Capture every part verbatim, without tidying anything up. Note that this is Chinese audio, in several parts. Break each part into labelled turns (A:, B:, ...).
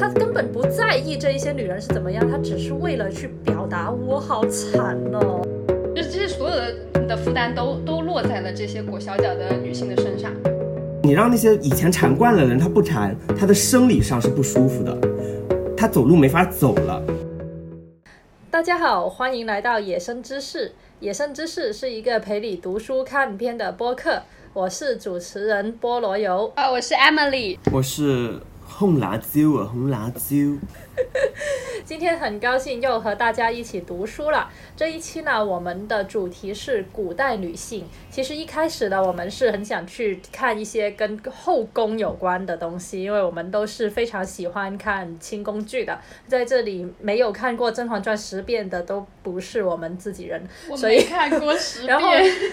A: 他根本不在意这一些女人是怎么样，他只是为了去表达我好惨哦。
B: 就是这些所有的的负担都都落在了这些裹小脚的女性的身上。
C: 你让那些以前缠惯了的人，他不缠，他的生理上是不舒服的，他走路没法走了。
A: 大家好，欢迎来到野生知识。野生知识是一个陪你读书看片的播客，我是主持人菠萝油。
B: 啊，我是 Emily，
C: 我是红辣椒啊，红辣椒。
A: 今天很高兴又和大家一起读书了。这一期呢，我们的主题是古代女性。其实一开始呢，我们是很想去看一些跟后宫有关的东西，因为我们都是非常喜欢看清宫剧的。在这里没有看过《甄嬛传》十遍的都不是我们自己人，
B: 我没看过十遍。
A: 然后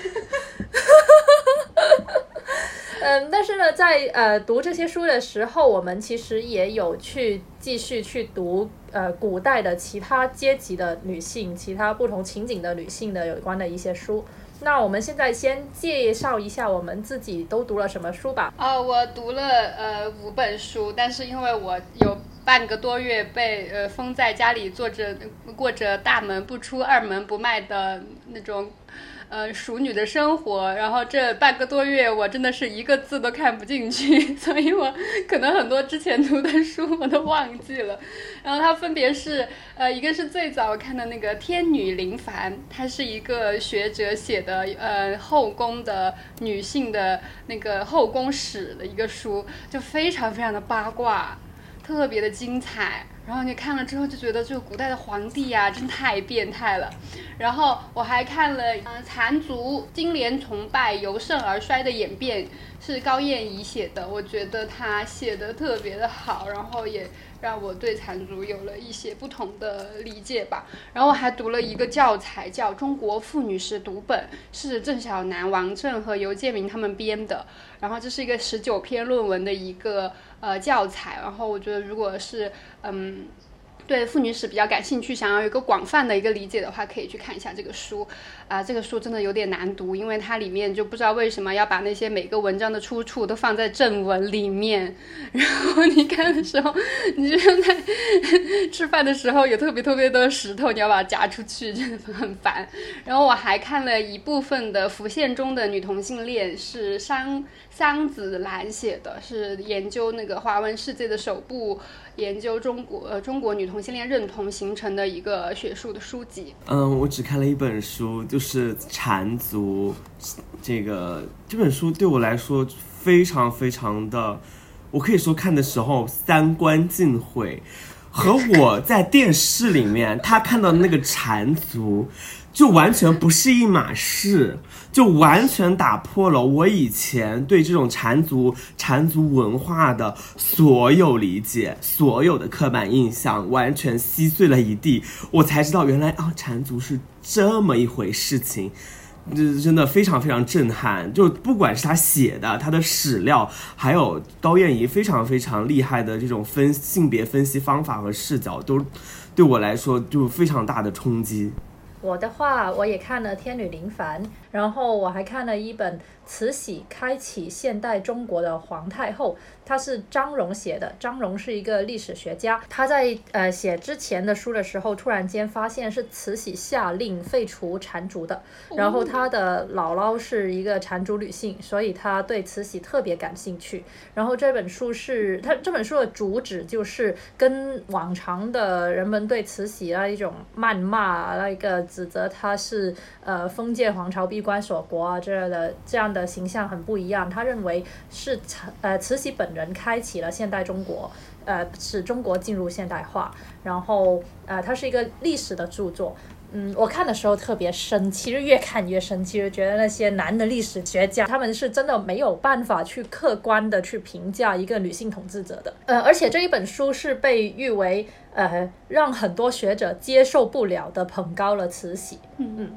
A: 嗯，但是呢，在呃读这些书的时候，我们其实也有去继续去读呃古代的其他阶级的女性、其他不同情景的女性的有关的一些书。那我们现在先介绍一下我们自己都读了什么书吧。
B: 哦，我读了呃五本书，但是因为我有半个多月被呃封在家里，做着过着大门不出二门不迈的那种呃淑女的生活，然后这半个多月我真的是一个字都看不进去，所以我可能很多之前读的书我都忘记了。然后它分别是呃一个是最早看的那个天女林凡，它是一个学者写的呃后宫的女性的那个后宫史的一个书，就非常非常的八卦，特别的精彩。然后你看了之后就觉得这个古代的皇帝啊真太变态了。然后我还看了呃残族金莲崇拜由盛而衰的演变，是高燕怡写的，我觉得她写的特别的好，然后也让我对残族有了一些不同的理解吧。然后我还读了一个教材叫《中国妇女史读本》，是郑晓南、王震和尤建明他们编的，然后这是一个十九篇论文的一个呃教材。然后我觉得如果是嗯对妇女史比较感兴趣，想要有一个广泛的一个理解的话，可以去看一下这个书啊、呃。这个书真的有点难读，因为它里面就不知道为什么要把那些每个文章的出处都放在正文里面，然后你看的时候，你就像在吃饭的时候有特别特别多的石头，你要把它夹出去，真的很烦。然后我还看了一部分的浮现中的女同性恋，是桑桑子兰写的，是研究那个华文世界的首部研究中国呃中国女同性恋认同形成的一个学术的书籍。
C: 嗯，我只看了一本书，就是《缠足》。这个这本书对我来说非常非常的，我可以说看的时候三观尽毁，和我在电视里面他看到的那个缠足就完全不是一码事，就完全打破了我以前对这种缠足缠足文化的所有理解，所有的刻板印象完全稀碎了一地。我才知道原来啊，缠足是这么一回事情，真的非常非常震撼。就不管是他写的他的史料，还有高燕怡非常非常厉害的这种分性别分析方法和视角，都对我来说就非常大的冲击。
A: 我的话，我也看了《天女林凡》，然后我还看了一本《慈禧开启现代中国的皇太后》，它是张荣写的。张荣是一个历史学家，他在呃写之前的书的时候，突然间发现是慈禧下令废除缠足的，然后他的姥姥是一个缠足女性，所以他对慈禧特别感兴趣。然后这本书是他这本书的主旨就是跟往常的人们对慈禧那一种谩骂，那个指责他是呃封建皇朝闭关锁国啊这样的这样的形象很不一样。他认为是呃慈禧本人开启了现代中国，呃使中国进入现代化。然后呃它是一个历史的著作。嗯，我看的时候特别生气，就越看越生气，就觉得那些男的历史学家他们是真的没有办法去客观的去评价一个女性统治者的。呃，而且这一本书是被誉为呃让很多学者接受不了的，捧高了慈禧。嗯嗯。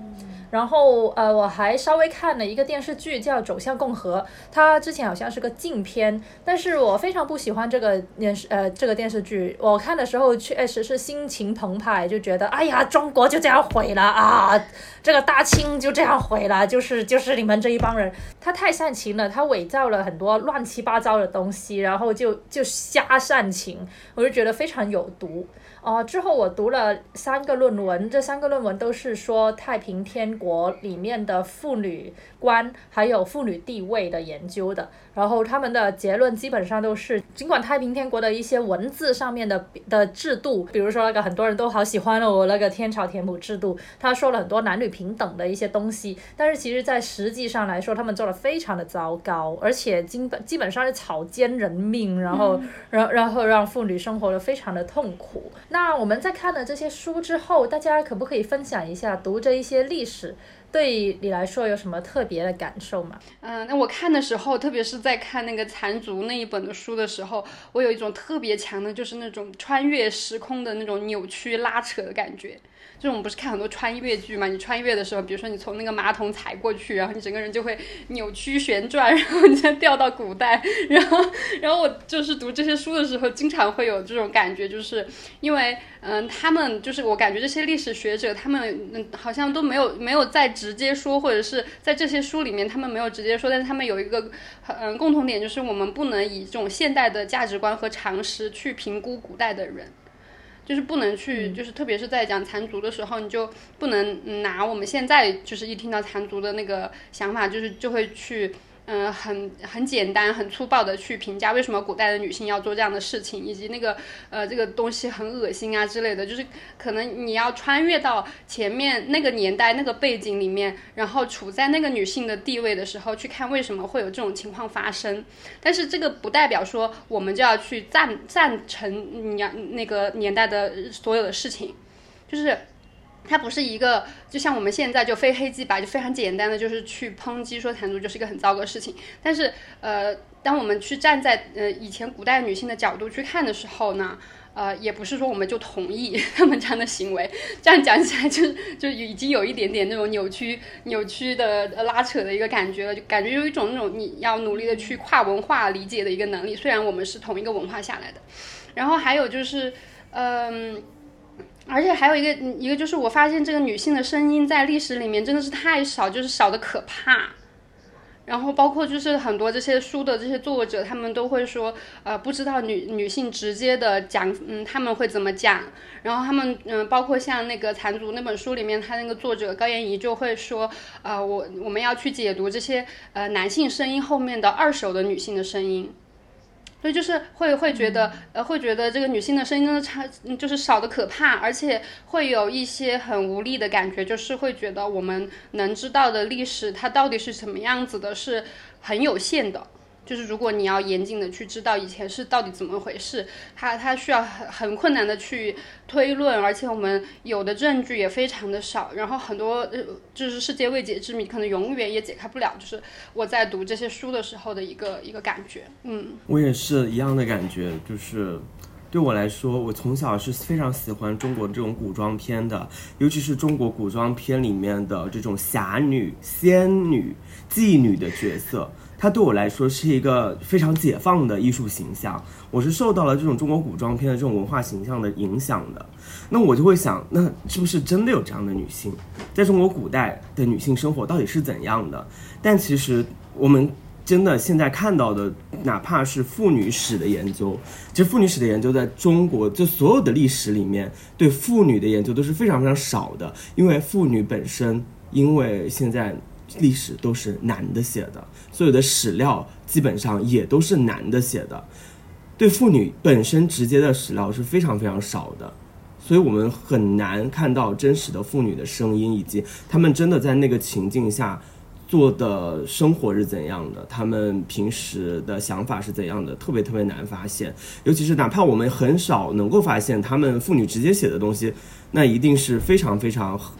A: 然后呃，我还稍微看了一个电视剧叫《走向共和》，它之前好像是个禁片，但是我非常不喜欢这个电视呃这个电视剧。我看的时候确实是心情澎湃，就觉得哎呀，中国就这样毁了啊，这个大清就这样毁了，就是就是你们这一帮人，他太煽情了，他伪造了很多乱七八糟的东西，然后就就瞎煽情，我就觉得非常有毒。哦、呃，之后我读了三个论文，这三个论文都是说太平天国里面的妇女观还有妇女地位的研究的，然后他们的结论基本上都是，尽管太平天国的一些文字上面的的制度，比如说那个很多人都好喜欢的我那个天朝田亩制度，他说了很多男女平等的一些东西，但是其实在实际上来说，他们做的非常的糟糕，而且基本基本上是草菅人命，然后、嗯、然然后让妇女生活的非常的痛苦。那我们在看了这些书之后，大家可不可以分享一下读这一些历史对你来说有什么特别的感受吗？
B: 嗯，那我看的时候，特别是在看那个残族那一本的书的时候，我有一种特别强的，就是那种穿越时空的那种扭曲拉扯的感觉。这种不是看很多穿越剧嘛？你穿越的时候，比如说你从那个马桶踩过去，然后你整个人就会扭曲旋转，然后你再掉到古代。然后，然后我就是读这些书的时候，经常会有这种感觉，就是因为嗯，他们就是我感觉这些历史学者，他们嗯好像都没有没有在直接说，或者是在这些书里面他们没有直接说，但是他们有一个嗯共同点，就是我们不能以这种现代的价值观和常识去评估古代的人。就是不能去，就是特别是在讲残族的时候，你就不能拿我们现在就是一听到残族的那个想法，就是就会去嗯、呃，很很简单很粗暴的去评价为什么古代的女性要做这样的事情，以及那个呃这个东西很恶心啊之类的，就是可能你要穿越到前面那个年代那个背景里面，然后处在那个女性的地位的时候去看为什么会有这种情况发生。但是这个不代表说我们就要去赞赞成你那个年代的所有的事情，就是它不是一个就像我们现在就非黑即白就非常简单的就是去抨击说残族就是一个很糟糕的事情。但是呃，当我们去站在呃以前古代女性的角度去看的时候呢，呃，也不是说我们就同意他们这样的行为，这样讲起来就就已经有一点点那种扭曲扭曲的拉扯的一个感觉了，就感觉有一种那种你要努力的去跨文化理解的一个能力，虽然我们是同一个文化下来的。然后还有就是嗯。而且还有一个一个就是我发现这个女性的声音在历史里面真的是太少，就是少的可怕。然后包括就是很多这些书的这些作者，他们都会说呃不知道女女性直接的讲嗯他们会怎么讲。然后他们嗯、呃、包括像那个残族那本书里面，他那个作者高妍怡就会说呃我我们要去解读这些呃男性声音后面的二手的女性的声音。所以就是会会觉得呃会觉得这个女性的声音真的差就是少的可怕，而且会有一些很无力的感觉，就是会觉得我们能知道的历史它到底是什么样子的是很有限的。就是如果你要严谨的去知道以前是到底怎么回事，它它需要很很困难的去推论，而且我们有的证据也非常的少，然后很多呃就是世界未解之谜可能永远也解开不了，就是我在读这些书的时候的一个一个感觉。嗯，
C: 我也是一样的感觉，就是对我来说，我从小是非常喜欢中国这种古装片的，尤其是中国古装片里面的这种侠女、仙女、妓女的角色，它对我来说是一个非常解放的艺术形象。我是受到了这种中国古装片的这种文化形象的影响的。那我就会想，那是不是真的有这样的女性？在中国古代的女性生活到底是怎样的？但其实我们真的现在看到的，哪怕是妇女史的研究，其实妇女史的研究在中国就所有的历史里面，对妇女的研究都是非常非常少的，因为妇女本身，因为现在历史都是男的写的，所有的史料基本上也都是男的写的，对妇女本身直接的史料是非常非常少的，所以我们很难看到真实的妇女的声音，以及她们真的在那个情境下做的生活是怎样的，他们平时的想法是怎样的，特别特别难发现。尤其是哪怕我们很少能够发现他们妇女直接写的东西，那一定是非常非常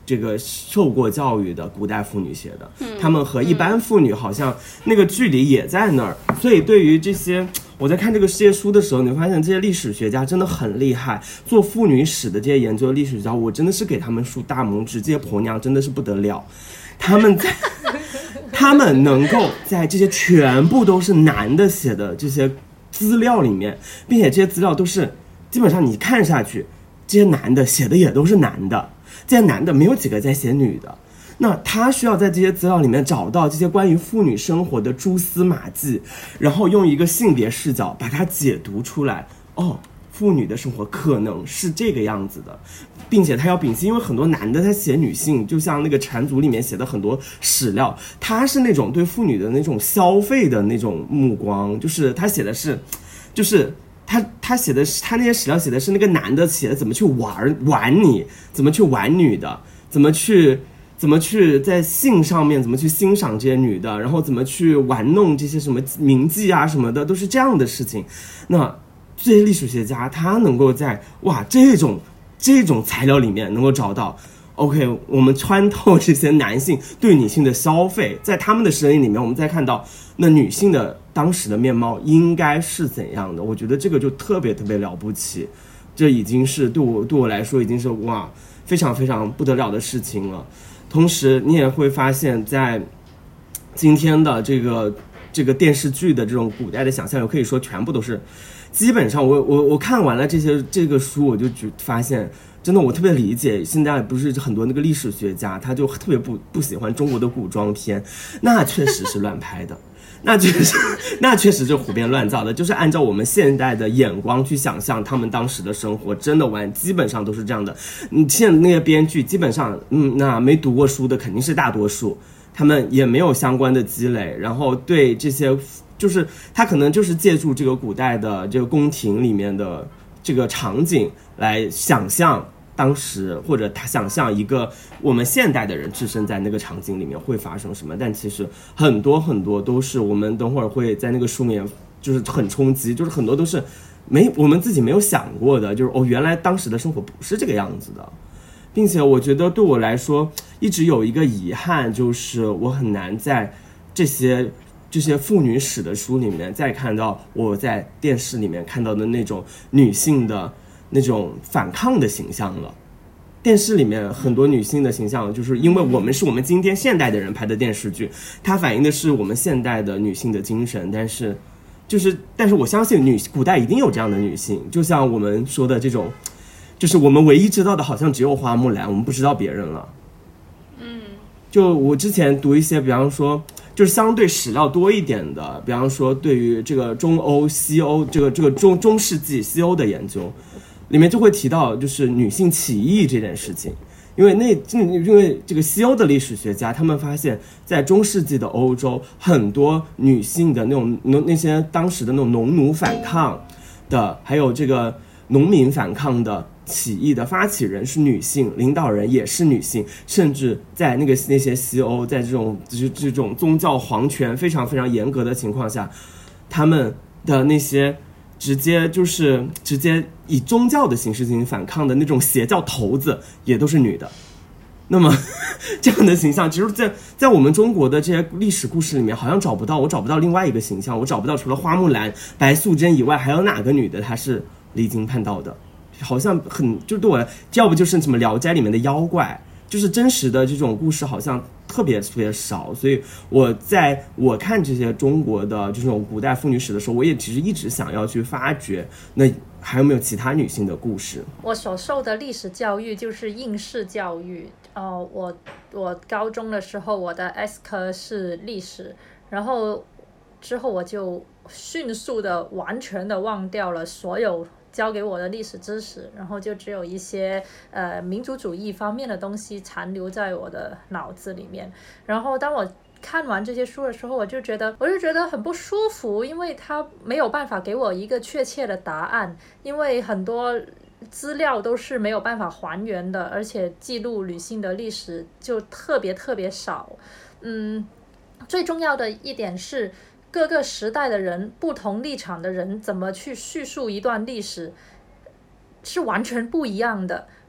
C: 这个受过教育的古代妇女写的，她们和一般妇女好像那个距离也在那儿，所以对于这些，我在看这个世界书的时候，你会发现这些历史学家真的很厉害，做妇女史的这些研究的历史学家，我真的是给他们竖大拇指，这些婆娘真的是不得了，他们在他们能够在这些全部都是男的写的这些资料里面，并且这些资料都是基本上你看下去，这些男的写的也都是男的，这些男的没有几个在写女的，那他需要在这些资料里面找到这些关于妇女生活的蛛丝马迹，然后用一个性别视角把它解读出来。哦，妇女的生活可能是这个样子的，并且他要摒弃，因为很多男的他写女性，就像那个缠足里面写的很多史料，他是那种对妇女的那种消费的那种目光，就是他写的是，就是他他写的是他那些史料写的是那个男的写的怎么去玩玩你，怎么去玩女的，怎么去怎么去在性上面怎么去欣赏这些女的，然后怎么去玩弄这些什么名妓啊什么的，都是这样的事情。那这些历史学家他能够在哇这种这种材料里面能够找到 OK， 我们穿透这些男性对女性的消费，在他们的声音里面我们再看到那女性的当时的面貌应该是怎样的，我觉得这个就特别特别了不起，这已经是对我对我来说已经是哇非常非常不得了的事情了。同时你也会发现在今天的这个这个电视剧的这种古代的想象，我可以说全部都是基本上我我我看完了这些这个书，我就发现真的我特别理解现在不是很多那个历史学家他就特别不不喜欢中国的古装片，那确实是乱拍的那确实那确实是胡编乱造的，就是按照我们现代的眼光去想象他们当时的生活，真的完基本上都是这样的。你现在那些编剧基本上嗯，那没读过书的肯定是大多数，他们也没有相关的积累，然后对这些就是他可能就是借助这个古代的这个宫廷里面的这个场景来想象当时，或者他想象一个我们现代的人置身在那个场景里面会发生什么，但其实很多很多都是我们等会儿会在那个书里面就是很冲击，就是很多都是没我们自己没有想过的，就是哦原来当时的生活不是这个样子的。并且我觉得对我来说一直有一个遗憾，就是我很难在这些这些妇女史的书里面再看到我在电视里面看到的那种女性的那种反抗的形象了。电视里面很多女性的形象，就是因为我们是我们今天现代的人拍的电视剧，它反映的是我们现代的女性的精神，但是就是但是我相信女古代一定有这样的女性，就像我们说的这种，就是我们唯一知道的好像只有花木兰，我们不知道别人了。
B: 嗯，
C: 就我之前读一些比方说就是相对史料多一点的，比方说对于这个中欧西欧这个这个中中世纪西欧的研究里面就会提到就是女性起义这件事情。因为那因为这个西欧的历史学家他们发现在中世纪的欧洲很多女性的那种那些当时的那种农奴反抗的，还有这个农民反抗的起义的发起人是女性，领导人也是女性，甚至在那个那些西欧在这种这这种宗教皇权非常非常严格的情况下，他们的那些直接就是直接以宗教的形式进行反抗的那种邪教头子也都是女的。那么这样的形象其实在在我们中国的这些历史故事里面好像找不到，我找不到另外一个形象，我找不到除了花木兰白素贞以外还有哪个女的她是离经叛道的，好像很就对我来要不就是什么聊斋里面的妖怪，就是真实的这种故事好像特别特别少。所以我在我看这些中国的这种古代妇女史的时候，我也其实一直想要去发掘那还有没有其他女性的故事。
A: 我所受的历史教育就是应试教育。哦，我我高中的时候我的 S 科是历史，然后之后我就迅速的完全的忘掉了所有教给我的历史知识，然后就只有一些呃民族主义方面的东西残留在我的脑子里面。然后当我看完这些书的时候，我就觉得我就觉得很不舒服，因为它没有办法给我一个确切的答案，因为很多资料都是没有办法还原的，而且记录女性的历史就特别特别少。嗯，最重要的一点是各个时代的人不同立场的人怎么去叙述一段历史是完全不一样的。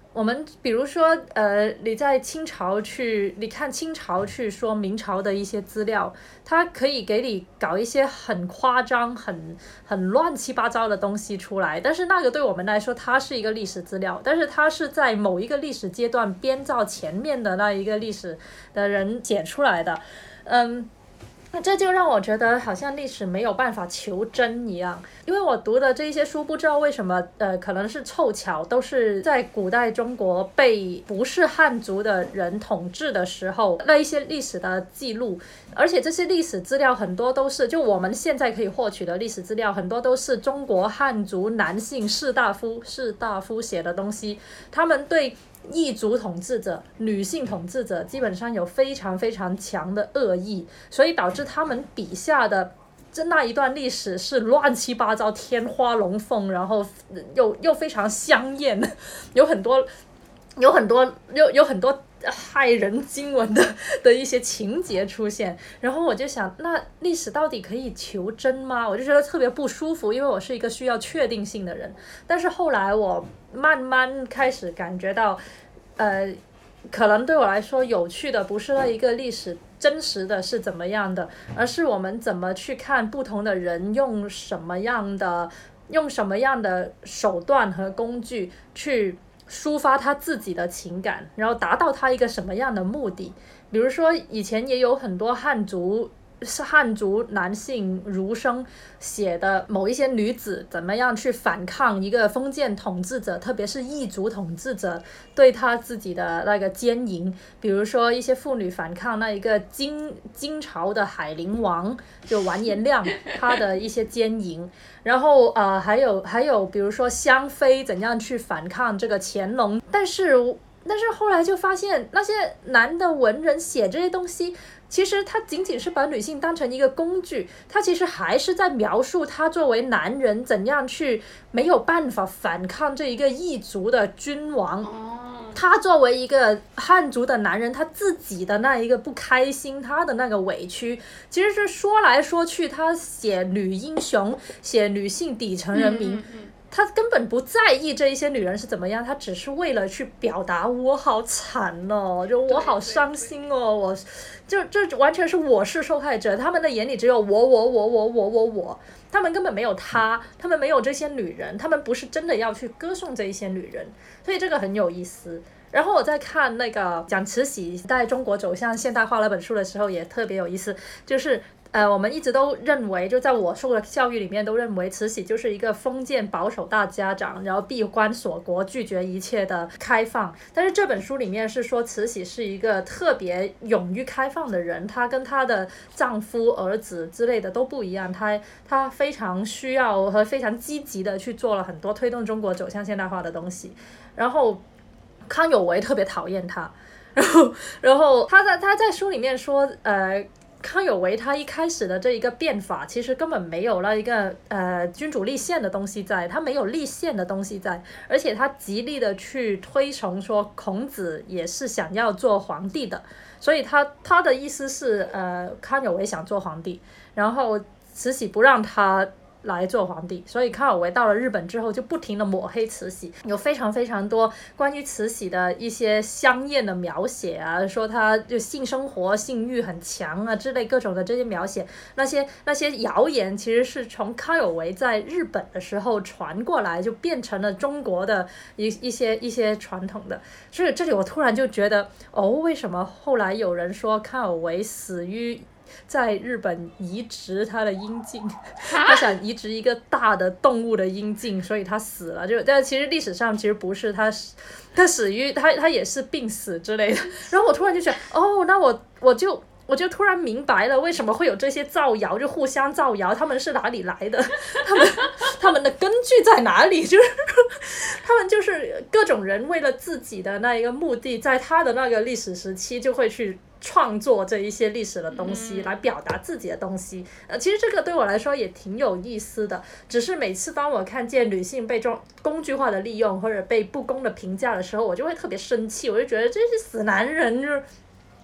A: 我们比如说，呃，你在清朝去，你看清朝去说明朝的一些资料，它可以给你搞一些很夸张、很很乱七八糟的东西出来，但是那个对我们来说，它是一个历史资料，但是它是在某一个历史阶段编造前面的那一个历史的人写出来的，嗯。那这就让我觉得好像历史没有办法求真一样，因为我读的这一些书，不知道为什么，呃，可能是凑巧，都是在古代中国被不是汉族的人统治的时候，那一些历史的记录，而且这些历史资料很多都是，就我们现在可以获取的历史资料，很多都是中国汉族男性士大夫士大夫写的东西，他们对异族统治者、女性统治者基本上有非常非常强的恶意，所以导致他们笔下的这那一段历史是乱七八糟、天花龙凤，然后又又非常香艳，有很多有很多有有很多骇人惊闻的的一些情节出现，然后我就想，那历史到底可以求真吗？我就觉得特别不舒服，因为我是一个需要确定性的人。但是后来我慢慢开始感觉到，呃，可能对我来说有趣的不是那一个历史真实的是怎么样的，而是我们怎么去看不同的人用什么样的用什么样的手段和工具去抒发他自己的情感，然后达到他一个什么样的目的。比如说以前也有很多汉族是汉族男性儒生写的某一些女子怎么样去反抗一个封建统治者，特别是异族统治者对他自己的那个奸淫，比如说一些妇女反抗那一个金金朝的海陵王就完颜亮他的一些奸淫，然后呃还有还有比如说香妃怎样去反抗这个乾隆，但是但是后来就发现那些男的文人写这些东西，其实他仅仅是把女性当成一个工具，他其实还是在描述他作为男人怎样去没有办法反抗这一个异族的君王。他作为一个汉族的男人，他自己的那一个不开心，他的那个委屈，其实是说来说去，他写女英雄，写女性底层人民。嗯嗯嗯，他根本不在意这一些女人是怎么样，他只是为了去表达我好惨哦，就我好伤心哦，我就这完全是我是受害者，他们的眼里只有我我我我我我我，他们根本没有他，他们没有这些女人，他们不是真的要去歌颂这一些女人，所以这个很有意思。然后我在看那个讲慈禧带中国走向现代化那本书的时候也特别有意思，就是呃，我们一直都认为，就在我受的教育里面都认为慈禧就是一个封建保守大家长，然后闭关锁国，拒绝一切的开放。但是这本书里面是说慈禧是一个特别勇于开放的人，她跟她的丈夫、儿子之类的都不一样，她她非常需要和非常积极的去做了很多推动中国走向现代化的东西。然后康有为特别讨厌她，然后然后他在他在书里面说，呃。康有为他一开始的这一个变法其实根本没有了一个呃君主立宪的东西在，他没有立宪的东西在，而且他极力的去推崇说孔子也是想要做皇帝的，所以他他的意思是呃康有为想做皇帝，然后慈禧不让他来做皇帝，所以康有为到了日本之后就不停的抹黑慈禧，有非常非常多关于慈禧的一些香艳的描写啊，说她就性生活性欲很强啊之类各种的这些描写，那些那些谣言其实是从康有为在日本的时候传过来，就变成了中国的一一些一些传统的。所以这里我突然就觉得，哦，为什么后来有人说康有为死于在日本移植他的阴茎，他想移植一个大的动物的阴茎，所以他死了。就但其实历史上其实不是，他他死于他他也是病死之类的。然后我突然就觉得，哦，那我我就我就突然明白了为什么会有这些造谣，就互相造谣，他们是哪里来的？他们他们的根据在哪里？就是他们就是各种人为了自己的那一个目的，在他的那个历史时期就会去创作这一些历史的东西来表达自己的东西，呃，其实这个对我来说也挺有意思的，只是每次当我看见女性被这种工具化的利用或者被不公的评价的时候，我就会特别生气，我就觉得这些死男人就是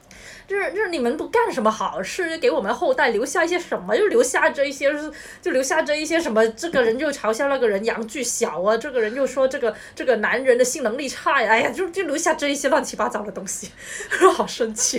A: 就是就是你们都干什么好事，给我们后代留下一些什么，就留下这一些就留下这一些什么，这个人就嘲笑那个人阳具小啊，这个人又说这个这个男人的性能力差呀，哎呀，就就留下这一些乱七八糟的东西，好生气哦。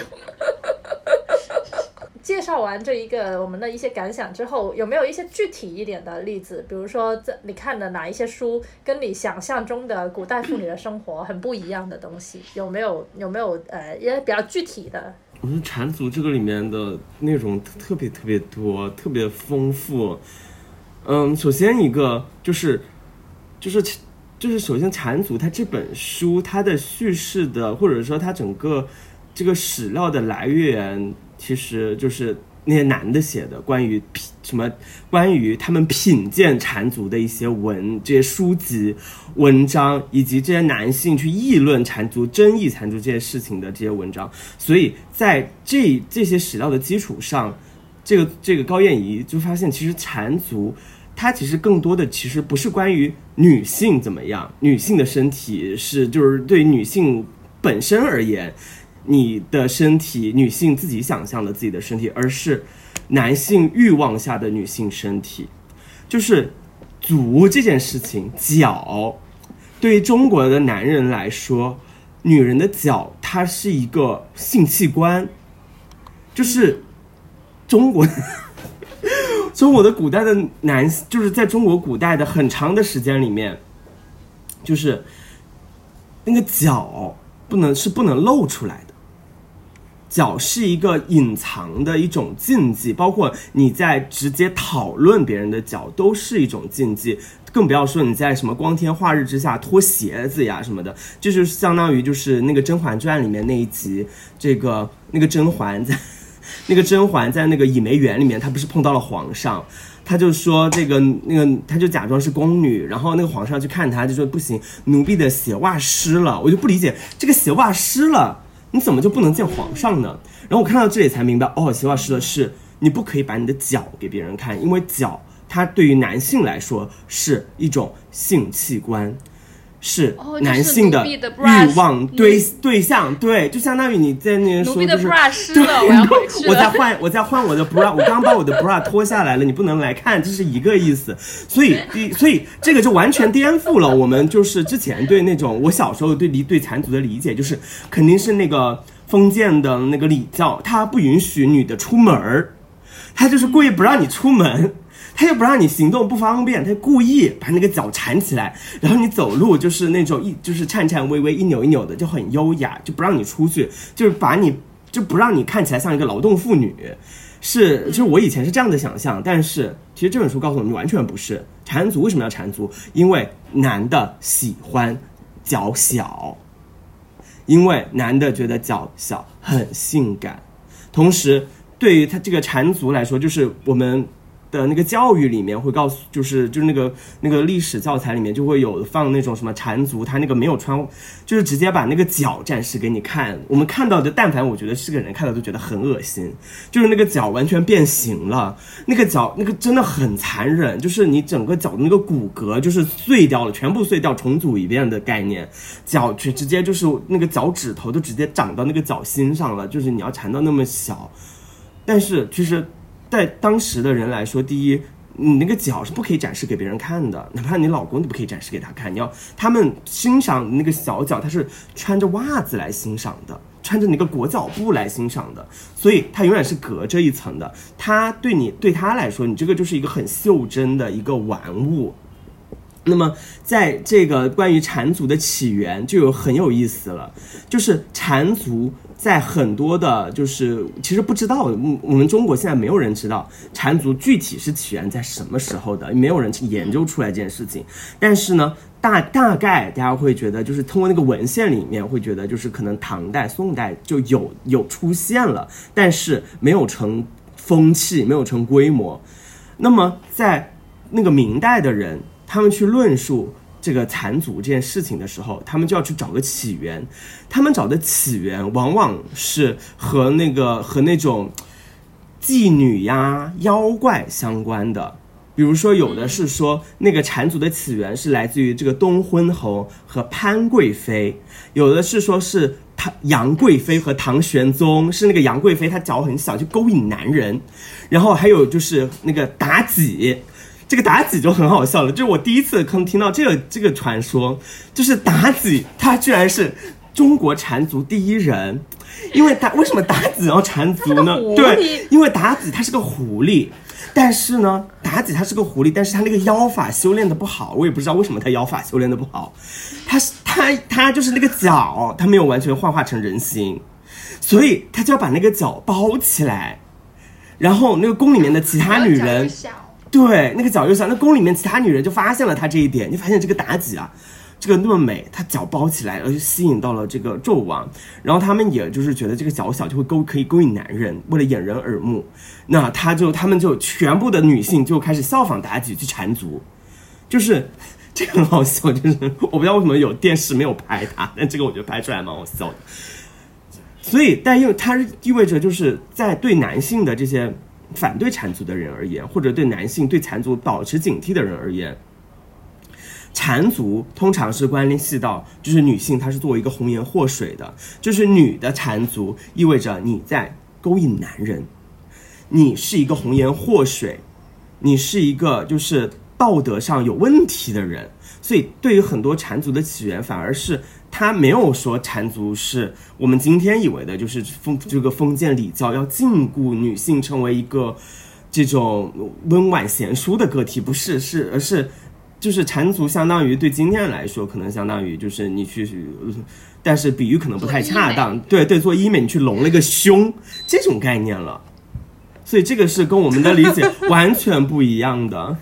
A: 介绍完这一个我们的一些感想之后，有没有一些具体一点的例子？比如说你看的哪一些书跟你想象中的古代妇女的生活很不一样的东西？有没有有没有呃也比较具体的？
C: 我觉得缠足这个里面的内容特别特别多，特别丰富。嗯，首先一个就是就是就是首先缠足它这本书它的叙事的或者说它整个这个史料的来源，其实就是那些男的写的关于什么关于他们品鉴缠足的一些文这些书籍文章，以及这些男性去议论缠足争议缠足这些事情的这些文章。所以在这这些史料的基础上，这个这个高燕仪就发现其实缠足它其实更多的其实不是关于女性怎么样，女性的身体是就是对女性本身而言你的身体女性自己想象的自己的身体，而是男性欲望下的女性身体。就是足这件事情，脚对于中国的男人来说，女人的脚它是一个性器官，就是中国中国的古代的男就是在中国古代的很长的时间里面，就是那个脚不能是不能露出来的，脚是一个隐藏的一种禁忌，包括你在直接讨论别人的脚都是一种禁忌，更不要说你在什么光天化日之下脱鞋子呀什么的。这就是相当于就是那个《甄嬛传》里面那一集，这个那个甄嬛在那个甄嬛在那个倚梅园里面，她不是碰到了皇上，他就说这个那个，他就假装是宫女，然后那个皇上去看他，就说不行，奴婢的鞋袜湿了。我就不理解，这个鞋袜湿了，你怎么就不能见皇上呢？然后我看到这里才明白，哦，鞋袜湿了是你不可以把你的脚给别人看，因为脚它对于男性来说是一种性器官。是男性的欲望对对象，对，就相当于你在那边说，
B: 奴婢的 bra 湿了，我要回去了。
C: 我在换，我在换我的 bra， 我刚把我的 bra 脱下来了，你不能来看，这是一个意思。所以，所以这个就完全颠覆了我们就是之前对那种我小时候对对缠足的理解，就是肯定是那个封建的那个礼教，他不允许女的出门，他就是故意不让你出门。他又不让你行动不方便，他故意把那个脚缠起来，然后你走路就是那种一就是颤颤巍巍一扭一扭的，就很优雅，就不让你出去，就是把你就不让你看起来像一个劳动妇女。是就是我以前是这样的想象，但是其实这本书告诉我们完全不是。缠足为什么要缠足？因为男的喜欢脚小，因为男的觉得脚小很性感。同时对于他这个缠足来说，就是我们的那个教育里面会告诉，就是就是那个那个历史教材里面就会有放那种什么缠足，他那个没有穿，就是直接把那个脚展示给你看。我们看到的，但凡我觉得是个人看到都觉得很恶心，就是那个脚完全变形了，那个脚那个真的很残忍，就是你整个脚的那个骨骼就是碎掉了，全部碎掉，重组一遍的概念，脚直直接就是那个脚趾头都直接长到那个脚心上了，就是你要缠到那么小。但是其实在当时的人来说，第一，你那个脚是不可以展示给别人看的，哪怕你老公都不可以展示给他看。你要他们欣赏那个小脚，他是穿着袜子来欣赏的，穿着那个裹脚布来欣赏的，所以他永远是隔着一层的。他对你对他来说，你这个就是一个很袖珍的一个玩物。那么在这个关于缠足的起源就有很有意思了，就是缠足在很多的就是其实不知道，我们中国现在没有人知道缠足具体是起源在什么时候的，没有人去研究出来这件事情。但是呢大大概大家会觉得，就是通过那个文献里面会觉得，就是可能唐代宋代就有有出现了，但是没有成风气，没有成规模。那么在那个明代的人，他们去论述这个缠足这件事情的时候，他们就要去找个起源。他们找的起源往往是和那个和那种妓女呀妖怪相关的。比如说有的是说那个缠足的起源是来自于这个东昏侯和潘贵妃，有的是说是唐杨贵妃和唐玄宗，是那个杨贵妃她脚很小就勾引男人，然后还有就是那个妲己。这个妲己就很好笑了，就是我第一次可能听到这个这个传说，就是妲己她居然是中国缠足第一人，因为妲为什么妲己要缠足呢？对，因为妲己她是个狐狸，但是呢，妲己她是个狐狸，但是她那个妖法修炼的不好，我也不知道为什么她妖法修炼的不好，她她她就是那个脚，她没有完全幻化成人形，所以她就要把那个脚包起来，然后那个宫里面的其他女人。对，那个脚又小，那宫里面其他女人就发现了她这一点，就发现这个妲己啊，这个那么美，她脚包起来，而且吸引到了这个纣王，然后他们也就是觉得这个脚小就会勾可以勾引男人，为了掩人耳目，那他就他们就全部的女性就开始效仿妲己去缠足，就是这个很好笑，就是我不知道为什么有电视没有拍它，但这个我觉得拍出来蛮好笑的。所以，但因为它意味着就是在对男性的这些。反对缠足的人而言，或者对男性对缠足保持警惕的人而言，缠足通常是关系到就是女性她是作为一个红颜祸水的，就是女的缠足意味着你在勾引男人，你是一个红颜祸水，你是一个就是道德上有问题的人，所以对于很多缠足的起源反而是他没有说缠足是我们今天以为的就是封这个封建礼教要禁锢女性成为一个这种温婉贤淑的个体，不是，是而是就是缠足相当于对今天来说可能相当于就是你去，但是比喻可能不太恰当，对对，做医美你去隆了个胸这种概念了，所以这个是跟我们的理解完全不一样的。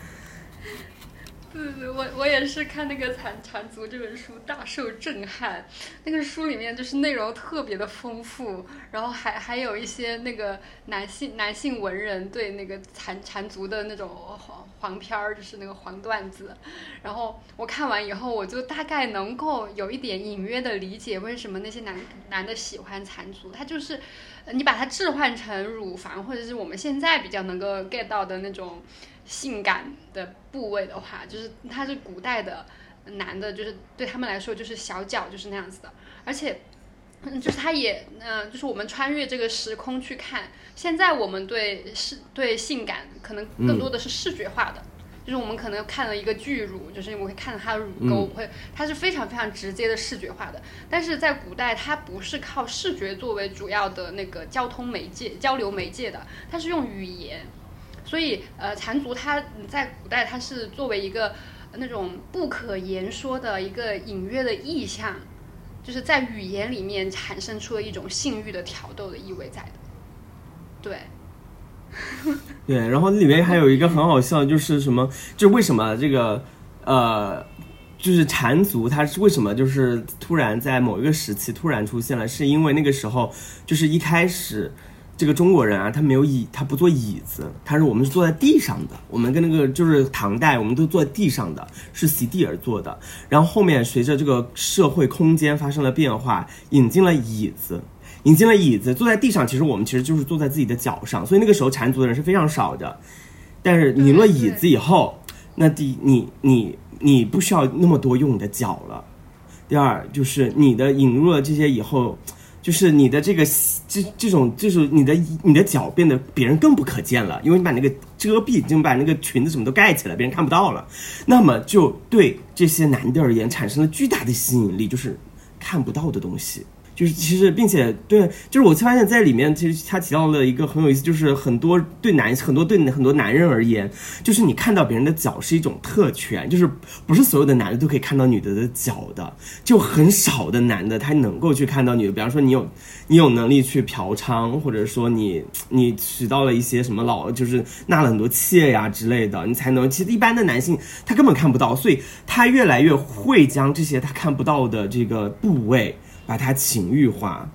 B: 我我也是看那个缠缠足这本书大受震撼，那个书里面就是内容特别的丰富，然后还还有一些那个男性男性文人对那个缠缠足的那种黄黄片儿，就是那个黄段子，然后我看完以后我就大概能够有一点隐约的理解为什么那些男男的喜欢缠足，他就是你把它置换成乳房或者是我们现在比较能够 get 到的那种性感的部位的话，就是它是古代的男的，就是对他们来说就是小脚就是那样子的，而且嗯，就是它也嗯、呃，就是我们穿越这个时空去看，现在我们对视对性感可能更多的是视觉化的、嗯、就是我们可能看了一个巨乳，就是我会看到它的乳沟、嗯、会它是非常非常直接的视觉化的，但是在古代它不是靠视觉作为主要的那个交通媒介交流媒介的，它是用语言，所以呃，缠足它在古代它是作为一个那种不可言说的一个隐约的意象，就是在语言里面产生出了一种性欲的挑逗的意味在的。对
C: 对，然后里面还有一个很好笑，就是什么，就是为什么这个呃就是缠足它是为什么就是突然在某一个时期突然出现了，是因为那个时候就是一开始这个中国人啊，他没有椅，他不坐椅子，他是我们是坐在地上的，我们跟那个就是唐代我们都坐在地上的，是席地而坐的。然后后面随着这个社会空间发生了变化，引进了椅子，引进了椅子，坐在地上，其实我们其实就是坐在自己的脚上，所以那个时候缠足的人是非常少的。但是引入了椅子以后，那第你你你不需要那么多用你的脚了。第二就是你的引入了这些以后。就是你的这个这这种就是你的你的脚变得别人更不可见了，因为你把那个遮蔽，就把那个裙子什么都盖起来，别人看不到了，那么就对这些男的而言产生了巨大的吸引力，就是看不到的东西。就是其实并且对，就是我发现在里面其实他提到了一个很有意思，就是很多对男很多对很多男人而言，就是你看到别人的脚是一种特权，就是不是所有的男的都可以看到女的的脚的，就很少的男的他能够去看到女的，比方说你有你有能力去嫖娼，或者说你你娶到了一些什么老就是纳了很多妾呀之类的，你才能，其实一般的男性他根本看不到，所以他越来越会将这些他看不到的这个部位把它情欲化。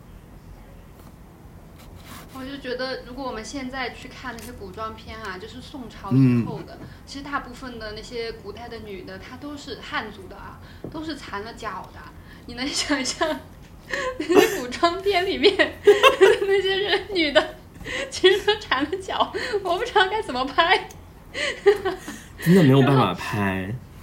B: 我就觉得如果我们现在去看那些古装片啊，就是宋朝以后的、嗯、其实大部分的那些古代的女的她都是汉族的啊，都是缠了脚的。你能想象那些古装片里面那些人女的其实都缠了脚，我不知道该怎么拍
C: 真的没有办法拍。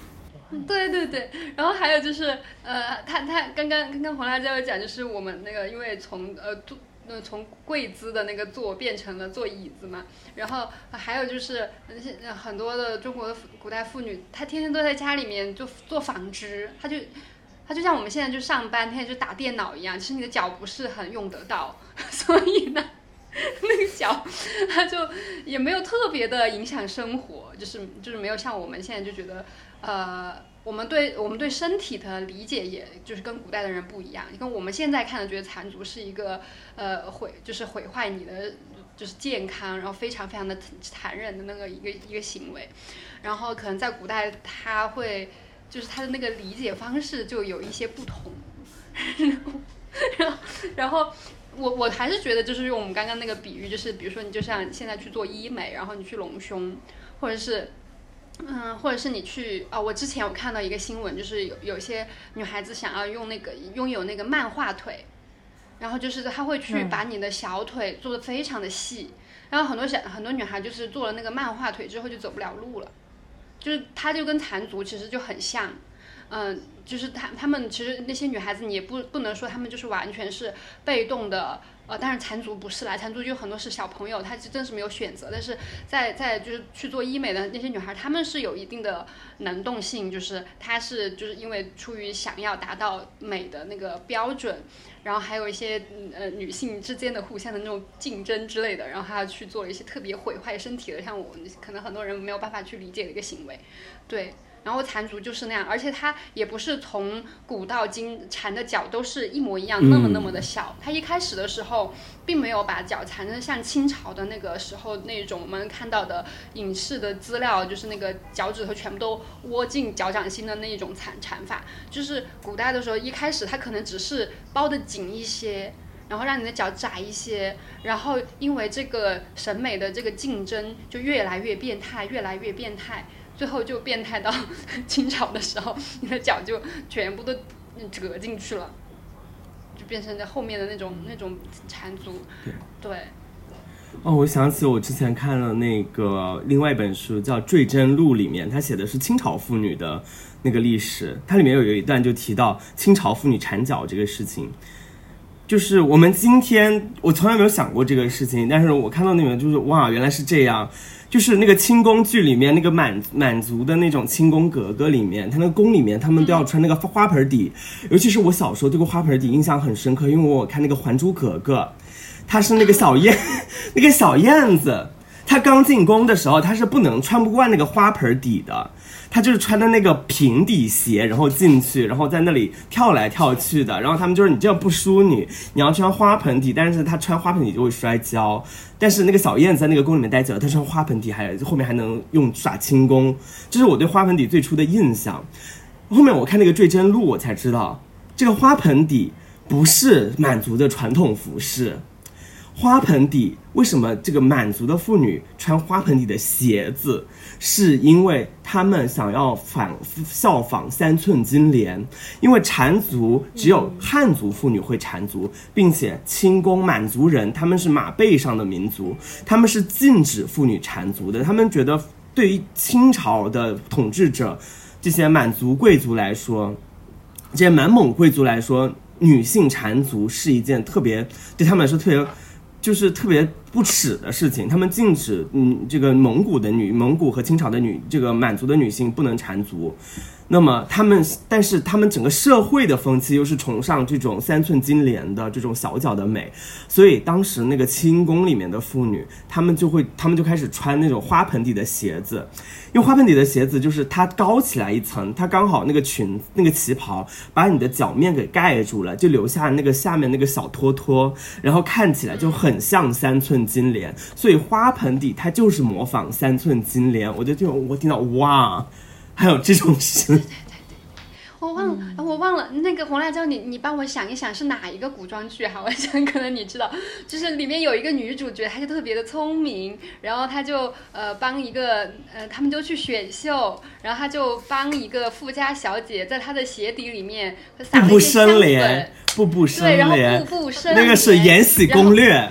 B: 对对对，然后还有就是，呃，他他刚刚刚刚黄辣椒有讲，就是我们那个因为从呃坐呃从跪姿的那个坐变成了坐椅子嘛，然后还有就是那些很多的中国的古代妇女，她天天都在家里面就做纺织，她就她就像我们现在就上班，天天就打电脑一样，其实你的脚不是很用得到，所以呢。那个脚，它就也没有特别的影响生活，就是就是没有像我们现在就觉得，呃，我们对我们对身体的理解，也就是跟古代的人不一样。跟我们现在看的，觉得缠足是一个呃毁，就是毁坏你的就是健康，然后非常非常的残忍的那个一个一个行为。然后可能在古代，他会就是他的那个理解方式就有一些不同，然后然后。我我还是觉得，就是用我们刚刚那个比喻，就是比如说你就像现在去做医美，然后你去隆胸，或者是，嗯，或者是你去啊、哦，我之前有看到一个新闻，就是有有些女孩子想要用那个拥有那个漫画腿，然后就是她会去把你的小腿做得非常的细，嗯、然后很多小很多女孩就是做了那个漫画腿之后就走不了路了，就是她就跟残足其实就很像。嗯、呃，就是他他们其实那些女孩子，你也不不能说她们就是完全是被动的，呃，当然残足不是啦，残足就很多是小朋友，她真是没有选择。但是在在就是去做医美的那些女孩，她们是有一定的能动性，就是她是就是因为出于想要达到美的那个标准，然后还有一些呃女性之间的互相的那种竞争之类的，然后她去做了一些特别毁坏身体的，像我可能很多人没有办法去理解的一个行为，对。然后缠足就是那样，而且它也不是从古到今缠的脚都是一模一样，那么那么的小。它一开始的时候并没有把脚缠的像清朝的那个时候那种我们看到的影视的资料，就是那个脚趾头全部都窝进脚掌心的那种缠缠法。就是古代的时候一开始它可能只是包得紧一些，然后让你的脚窄一些，然后因为这个审美的这个竞争就越来越变态，越来越变态。最后就变态到清朝的时候，你的脚就全部都折进去了，就变成在后面的那种那种缠足。对。对。
C: 哦，我想起我之前看了那个另外一本书叫《坠针录》，里面他写的是清朝妇女的那个历史，它里面有一段就提到清朝妇女缠脚这个事情。就是我们今天我从来没有想过这个事情，但是我看到那边就是哇，原来是这样。就是那个清宫剧里面那个满满族的那种清宫格格里面，他那个宫里面他们都要穿那个花盆底，尤其是我小时候对个花盆底印象很深刻，因为我看那个《还珠格格》，他是那个小燕那个小燕子，她刚进宫的时候她是不能穿不惯那个花盆底的，她就是穿的那个平底鞋然后进去，然后在那里跳来跳去的，然后他们就是你这样不淑女，你要穿花盆底，但是她穿花盆底就会摔跤。但是那个小燕子在那个宫里面待久了，她穿花盆底还后面还能用耍轻功，这是我对花盆底最初的印象。后面我看那个《坠针录》我才知道，这个花盆底不是满族的传统服饰。花盆底为什么这个满族的妇女穿花盆底的鞋子，是因为他们想要反效仿三寸金莲，因为缠足只有汉族妇女会缠足，并且清宫满族人他们是马背上的民族，他们是禁止妇女缠足的，他们觉得对于清朝的统治者这些满族贵族来说，这些满蒙贵族来说，女性缠足是一件特别对他们来说特别就是特别不耻的事情，他们禁止嗯这个蒙古的女蒙古和清朝的女这个满族的女性不能缠足。那么他们但是他们整个社会的风气又是崇尚这种三寸金莲的这种小脚的美，所以当时那个清宫里面的妇女，他们就会他们就开始穿那种花盆底的鞋子，因为花盆底的鞋子就是它高起来一层，它刚好那个裙那个旗袍把你的脚面给盖住了，就留下那个下面那个小托托，然后看起来就很像三寸金莲，所以花盆底它就是模仿三寸金莲。我就就我听到哇，还有这种事。
B: 对对对，我忘了、嗯、我忘了那个红辣椒，你你帮我想一想是哪一个古装剧哈？我想可能你知道，就是里面有一个女主角，她就特别的聪明，然后她就呃帮一个呃他们就去选秀，然后她就帮一个富家小姐在她的鞋底里面撒了一些香粉，
C: 步步生莲，步步生莲，
B: 对，然后步步生莲，
C: 那个是《延禧攻略》。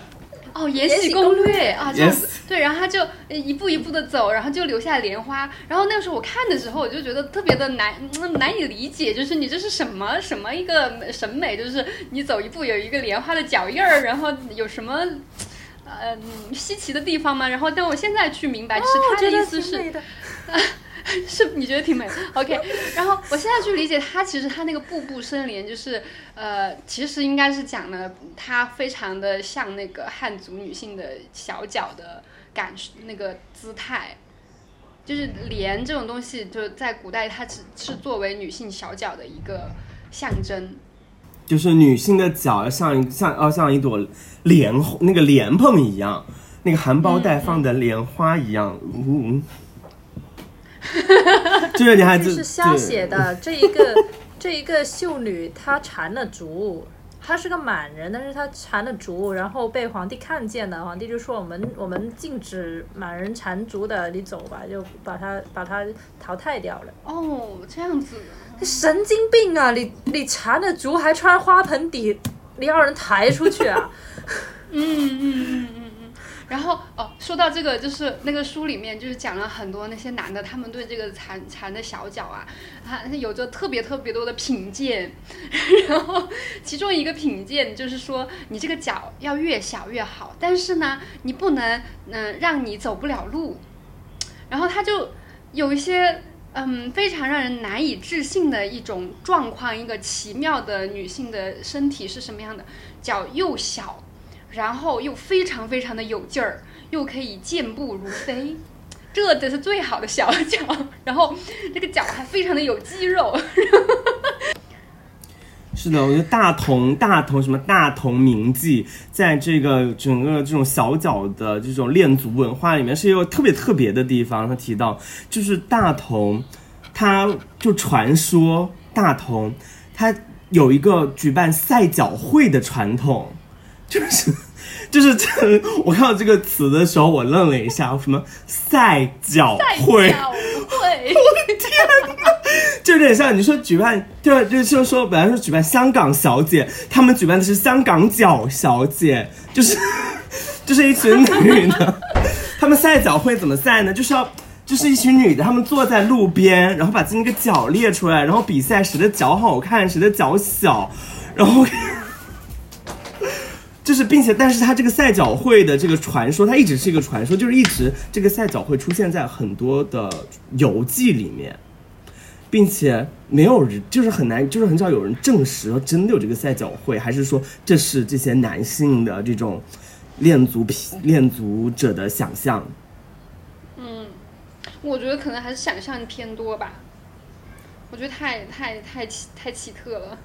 B: 哦，《延禧攻略》啊，这样子
C: Yes
B: 对，然后他就一步一步的走，然后就留下莲花。然后那个时候我看的时候，我就觉得特别的难难以理解，就是你这是什么什么一个审美，就是你走一步有一个莲花的脚印儿，然后有什么呃稀奇的地方吗？然后但我现在去明白，其实他的意思是。哦是你觉得挺美的 ，OK。然后我现在去理解他，其实他那个步步生莲，就是呃，其实应该是讲呢，他非常的像那个汉族女性的小脚的感那个姿态，就是莲这种东西，就在古代它只是作为女性小脚的一个象征。
C: 就是女性的脚要像像要像一朵莲那个莲蓬一样，那个含苞待放的莲花一样，嗯。嗯就是你还
A: 这是瞎写的。这一个这一个秀女，她缠了竹，她是个满人，但是她缠了竹，然后被皇帝看见了，皇帝就说我们我们禁止满人缠竹的，你走吧，就把她把她淘汰掉了。
B: 哦，这样子，
A: 神经病啊！你你缠了竹还穿花盆底，你要人抬出去啊？
B: 嗯嗯嗯嗯嗯。然后哦，说到这个，就是那个书里面就是讲了很多那些男的，他们对这个缠缠的小脚啊，啊有着特别特别多的品鉴。然后其中一个品鉴就是说，你这个脚要越小越好，但是呢，你不能嗯、呃、让你走不了路。然后他就有一些嗯非常让人难以置信的一种状况，一个奇妙的女性的身体是什么样的？脚又小。然后又非常非常的有劲儿，又可以健步如飞，这才是最好的小脚。然后这个脚还非常的有肌肉。
C: 是的，我觉得大同大同什么大同铭记，在这个整个这种小脚的这种恋足文化里面是一个特别特别的地方。他提到就是大同，他就传说大同，他有一个举办赛脚会的传统。就是就是这，我看到这个词的时候，我愣了一下，什么赛脚会？
B: 赛脚会，
C: 我的天哪，就有点像你说举办，对，就是说本来说举办香港小姐，他们举办的是香港脚小姐，就是就是一群女的，他们赛脚会怎么赛呢？就是要就是一群女的，她们坐在路边，然后把自己那个脚列出来，然后比赛谁的脚好看，谁的脚小，然后。就是，并且，但是它这个赛脚会的这个传说，它一直是一个传说，就是一直这个赛脚会出现在很多的游记里面，并且没有人，就是很难，就是很少有人证实说真的有这个赛脚会，还是说这是这些男性的这种恋足恋足者的想象。
B: 嗯，我觉得可能还是想象偏多吧，我觉得太太太太奇特了，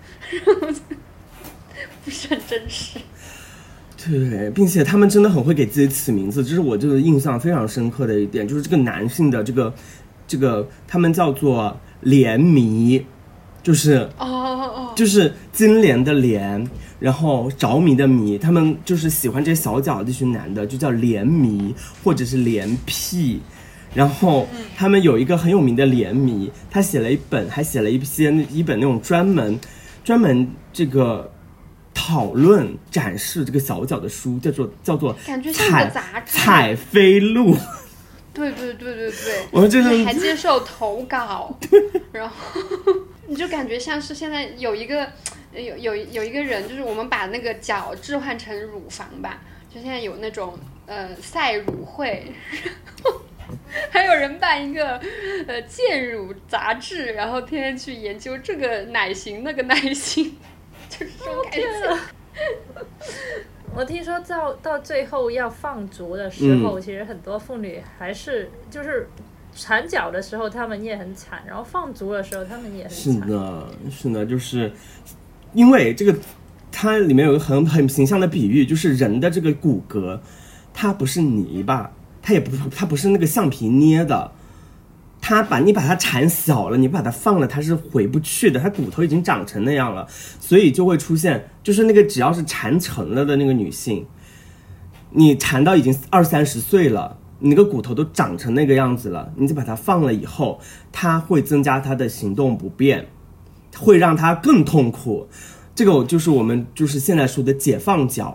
B: 不是很真实。
C: 对，并且他们真的很会给自己起名字，这是我这个印象非常深刻的一点，就是这个男性的这个这个他们叫做莲迷，就是
B: 哦哦哦，
C: 就是金莲的莲，然后着迷的迷，他们就是喜欢这些小脚的这群男的就叫莲迷或者是莲癖。然后他们有一个很有名的莲迷，他写了一本，还写了一些一本那种专门专门这个讨论展示这个小脚的书，叫做叫做
B: 感觉像一个杂志
C: 彩飞录。
B: 对对对对对，
C: 我这是
B: 还接受投稿，然后你就感觉像是现在有一个有有有一个人，就是我们把那个脚置换成乳房吧，就现在有那种呃赛乳会。还有人办一个呃健乳杂志，然后天天去研究这个奶型那个奶型，就是这种感觉。
A: 我听说到到最后要放逐的时候、嗯、其实很多妇女还是就是缠脚的时候她们也很惨，然后放逐的时候她们也很惨。
C: 是的是的，就是因为这个它里面有个很很形象的比喻，就是人的这个骨骼它不是泥巴，它也不它不是那个橡皮捏的，它把你把它缠小了，你把它放了，它是回不去的，它骨头已经长成那样了，所以就会出现，就是那个只要是缠成了的那个女性，你缠到已经二三十岁了，你那个骨头都长成那个样子了，你就把它放了以后，它会增加它的行动不便，会让它更痛苦。这个就是我们就是现在说的解放脚。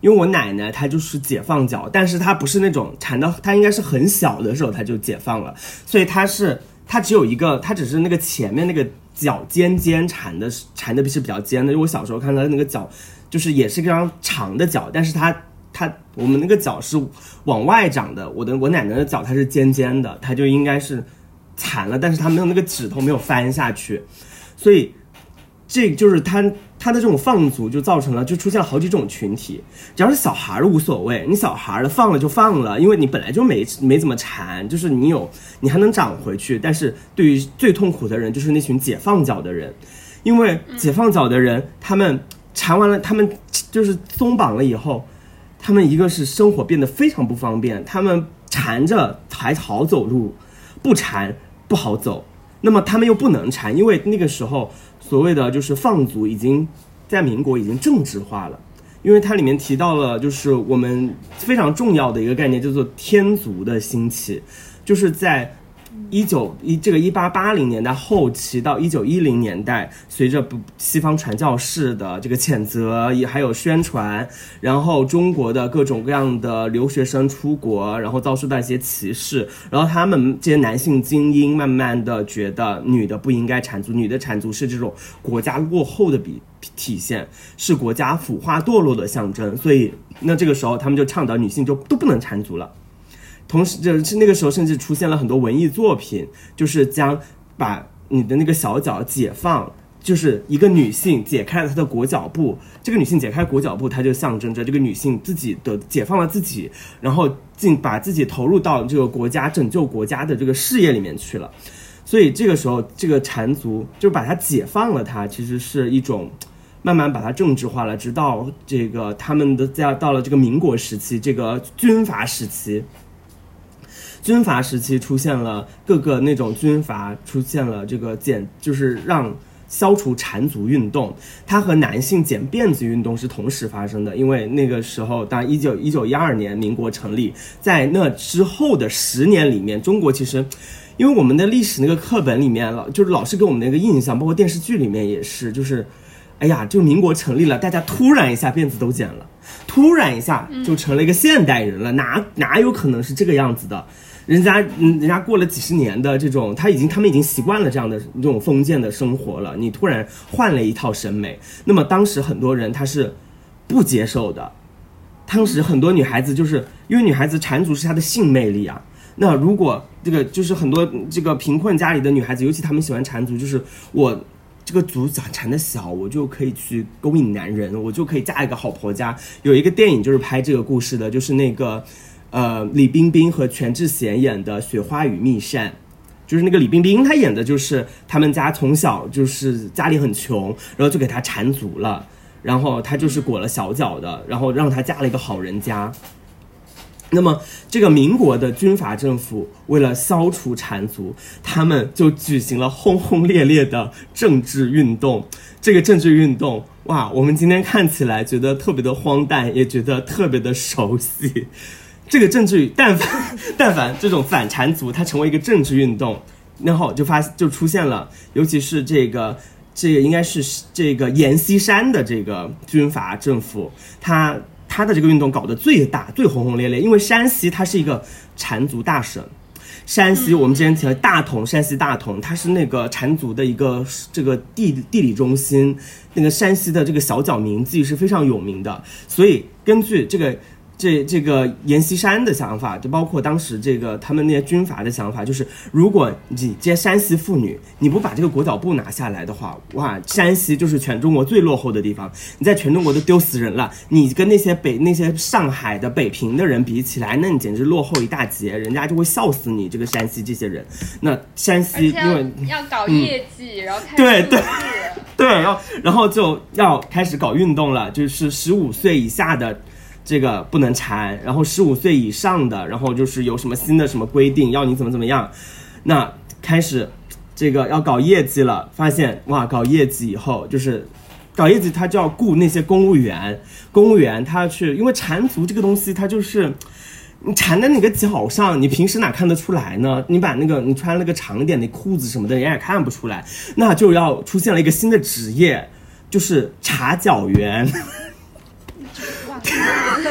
C: 因为我奶奶她就是解放脚，但是她不是那种缠到，她应该是很小的时候她就解放了，所以她是她只有一个，她只是那个前面那个脚尖尖缠的缠的是比较尖的，因为我小时候看她那个脚就是也是非常长的脚，但是她她我们那个脚是往外长的，我的我奶奶的脚它是尖尖的，她就应该是缠了，但是她没有那个指头没有翻下去，所以这就是他他的这种放逐就造成了就出现了好几种群体，只要是小孩无所谓，你小孩的放了就放了，因为你本来就没没怎么缠，就是你有你还能长回去，但是对于最痛苦的人就是那群解放脚的人，因为解放脚的人他们缠完了，他们就是松绑了以后，他们一个是生活变得非常不方便，他们缠着还好走路，不缠不好走，那么他们又不能缠，因为那个时候所谓的就是放逐已经在民国已经政治化了，因为它里面提到了就是我们非常重要的一个概念叫做天族的兴起，就是在一九一这个一八八零年代后期到一九一零年代，随着西方传教士的这个谴责也还有宣传，然后中国的各种各样的留学生出国，然后遭受到一些歧视，然后他们这些男性精英慢慢的觉得女的不应该缠足，女的缠足是这种国家落后的比体现，是国家腐化堕落的象征，所以那这个时候他们就倡导女性就都不能缠足了。同时就是那个时候甚至出现了很多文艺作品，就是将把你的那个小脚解放，就是一个女性解开了她的裹脚布，这个女性解开裹脚布，它就象征着这个女性自己的解放了自己，然后进把自己投入到这个国家拯救国家的这个事业里面去了。所以这个时候这个缠足就把它解放了，它其实是一种慢慢把它政治化了，直到这个他们的在到了这个民国时期，这个军阀时期军阀时期出现了各个那种军阀出现了这个剪就是让消除缠足运动，它和男性剪辫子运动是同时发生的，因为那个时候当然一九一九一二年民国成立，在那之后的十年里面，中国其实因为我们的历史那个课本里面老就是老是给我们那个印象，包括电视剧里面也是，就是哎呀，就民国成立了，大家突然一下辫子都剪了，突然一下就成了一个现代人了，哪哪有可能是这个样子的？人家人家过了几十年的这种，他已经他们已经习惯了这样的这种封建的生活了，你突然换了一套审美，那么当时很多人他是不接受的。当时很多女孩子就是因为女孩子缠足是她的性魅力啊，那如果这个就是很多这个贫困家里的女孩子，尤其她们喜欢缠足，就是我这个足缠的小，我就可以去勾引男人，我就可以嫁一个好婆家。有一个电影就是拍这个故事的，就是那个呃，李冰冰和全智贤演的《雪花与蜜扇》，就是那个李冰冰她演的就是他们家从小就是家里很穷，然后就给她缠足了，然后她就是裹了小脚的，然后让她嫁了一个好人家。那么这个民国的军阀政府为了消除缠足，他们就举行了轰轰烈烈的政治运动。这个政治运动哇，我们今天看起来觉得特别的荒诞，也觉得特别的熟悉。这个政治但凡但凡这种反缠足它成为一个政治运动，然后就发就出现了，尤其是这个这个应该是这个阎锡山的这个军阀政府，他他的这个运动搞得最大最轰轰烈烈，因为山西它是一个缠足大省。山西我们之前提了大同，山西大同它是那个缠足的一个这个地地理中心，那个山西的这个小脚铭记是非常有名的，所以根据这个这这个阎锡山的想法，就包括当时这个他们那些军阀的想法，就是如果你这些山西妇女你不把这个裹脚布拿下来的话，哇，山西就是全中国最落后的地方，你在全中国都丢死人了，你跟那些北那些上海的北平的人比起来，那你简直落后一大截，人家就会笑死你这个山西这些人。那山西因为
B: 要搞业绩、嗯、然后开始
C: 对对对，然后然后就要开始搞运动了，就是十五岁以下的这个不能缠，然后十五岁以上的，然后就是有什么新的什么规定要你怎么怎么样，那开始这个要搞业绩了，发现哇，搞业绩以后就是搞业绩他就要雇那些公务员，公务员他去，因为缠足这个东西它就是你缠在那个脚上，你平时哪看得出来呢？你把那个你穿了个长一点的裤子什么的，人家也看不出来，那就要出现了一个新的职业，就是查脚员。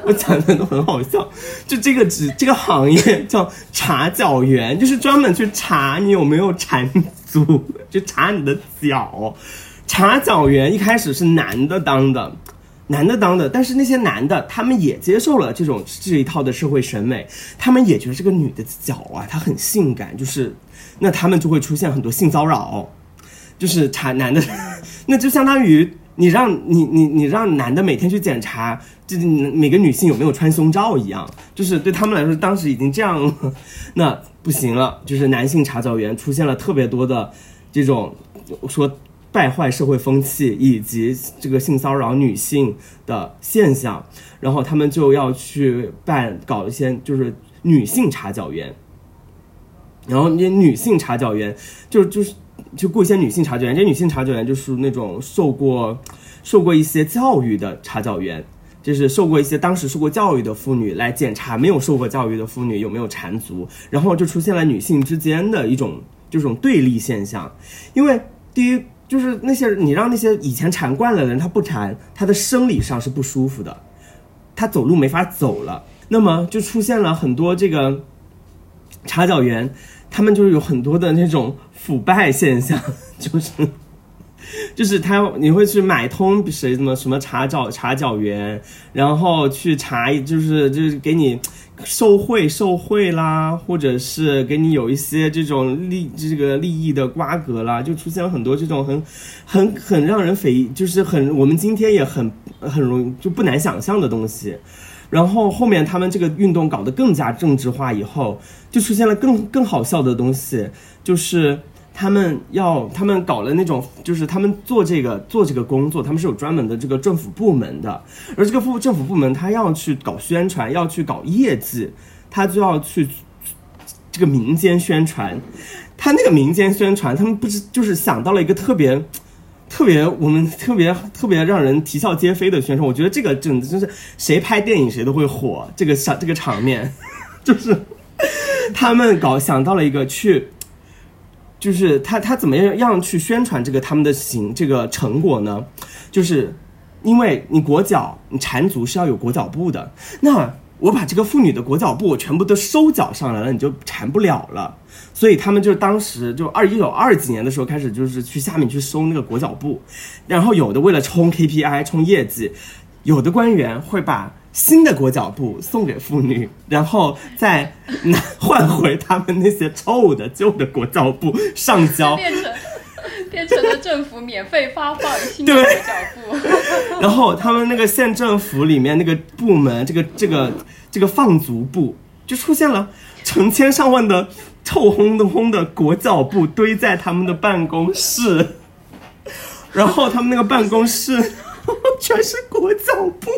C: 我讲的都很好笑。就这个职这个行业叫查脚员，就是专门去查你有没有缠足，就查你的脚。查脚员一开始是男的当的，男的当的，但是那些男的他们也接受了这种这一套的社会审美，他们也觉得这个女的脚啊，她很性感，就是那他们就会出现很多性骚扰，就是查男的，那就相当于你让你你你让男的每天去检查，这每个女性有没有穿胸罩一样，就是对他们来说，当时已经这样了，那不行了，就是男性查脚员出现了特别多的这种说败坏社会风气以及这个性骚扰女性的现象，然后他们就要去办搞一些就是女性查脚员，然后那些女性查脚员就就是就雇一些女性查脚员，这些女性查脚员就是那种受过受过一些教育的查脚员，就是受过一些当时受过教育的妇女来检查没有受过教育的妇女有没有缠足，然后就出现了女性之间的一种这种对立现象。因为第一就是那些你让那些以前缠惯了的人他不缠，他的生理上是不舒服的，他走路没法走了，那么就出现了很多这个查脚员，他们就是有很多的那种腐败现象，就是就是他你会去买通谁什么什么查脚查脚员，然后去查就是就是给你受贿受贿啦，或者是给你有一些这种利这个利益的瓜葛啦，就出现了很多这种很很很让人匪就是很我们今天也很很容易就不难想象的东西。然后后面他们这个运动搞得更加政治化以后，就出现了更更好笑的东西，就是他们要他们搞了那种就是他们做这个做这个工作，他们是有专门的这个政府部门的，而这个政府部门他要去搞宣传，要去搞业绩，他就要去这个民间宣传，他那个民间宣传他们不是就是想到了一个特别特别我们特别特别让人啼笑皆非的宣传，我觉得这个真的就是谁拍电影谁都会火，这个这个场面就是他们搞想到了一个去就是他他怎么样去宣传这个他们的行这个成果呢？就是因为你裹脚你缠足是要有裹脚布的，那我把这个妇女的裹脚布我全部都收脚上来了，你就缠不了了。所以他们就当时就二一九二几年的时候开始就是去下面去收那个裹脚布，然后有的为了冲 K P I 冲业绩，有的官员会把新的裹脚布送给妇女，然后再拿换回他们那些臭的旧的裹脚布上交，
B: 变成变成了政府免费发放新的裹脚布。
C: 然后他们那个县政府里面那个部门，这个这个这个放足部就出现了成千上万的臭烘的烘的裹脚布堆在他们的办公室，然后他们那个办公室全是裹脚布。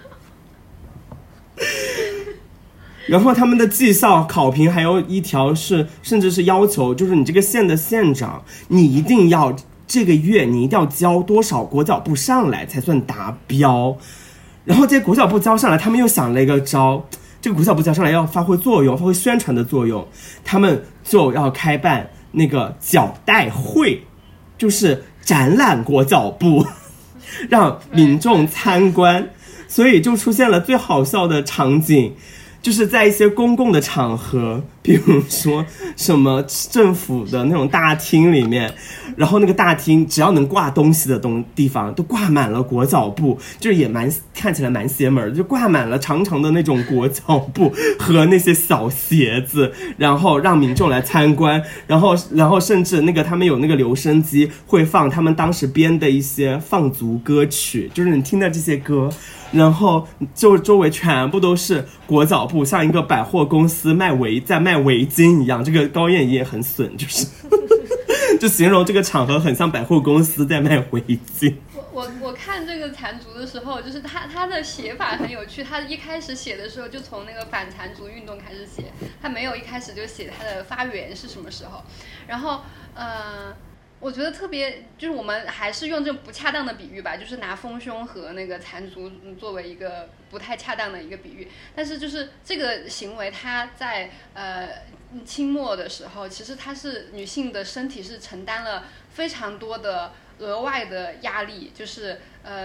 C: 然后他们的绩效考评还有一条是甚至是要求，就是你这个县的县长你一定要这个月你一定要交多少裹脚布上来才算达标。然后这些裹脚布交上来，他们又想了一个招，这个裹脚布交上来要发挥作用，发挥宣传的作用，他们就要开办那个脚带会，就是展览裹脚布让民众参观。所以就出现了最好笑的场景，就是在一些公共的场合，比如说什么政府的那种大厅里面，然后那个大厅只要能挂东西的东地方都挂满了裹脚布，就是也蛮看起来蛮邪门，就挂满了长长的那种裹脚布和那些小鞋子，然后让民众来参观，然后然后甚至那个他们有那个留声机会放他们当时编的一些放足歌曲，就是你听到这些歌，然后就周围全部都是裹脚布，像一个百货公司卖围在卖围巾一样。这个高燕也很损，就是就形容这个场合很像百货公司在卖围巾。
B: 我我我看这个缠足的时候，就是他他的写法很有趣。他一开始写的时候就从那个反缠足运动开始写，他没有一开始就写他的发源是什么时候。然后呃。我觉得特别就是我们还是用这种不恰当的比喻吧，就是拿丰胸和那个缠足作为一个不太恰当的一个比喻。但是就是这个行为它在呃清末的时候，其实它是女性的身体是承担了非常多的额外的压力，就是呃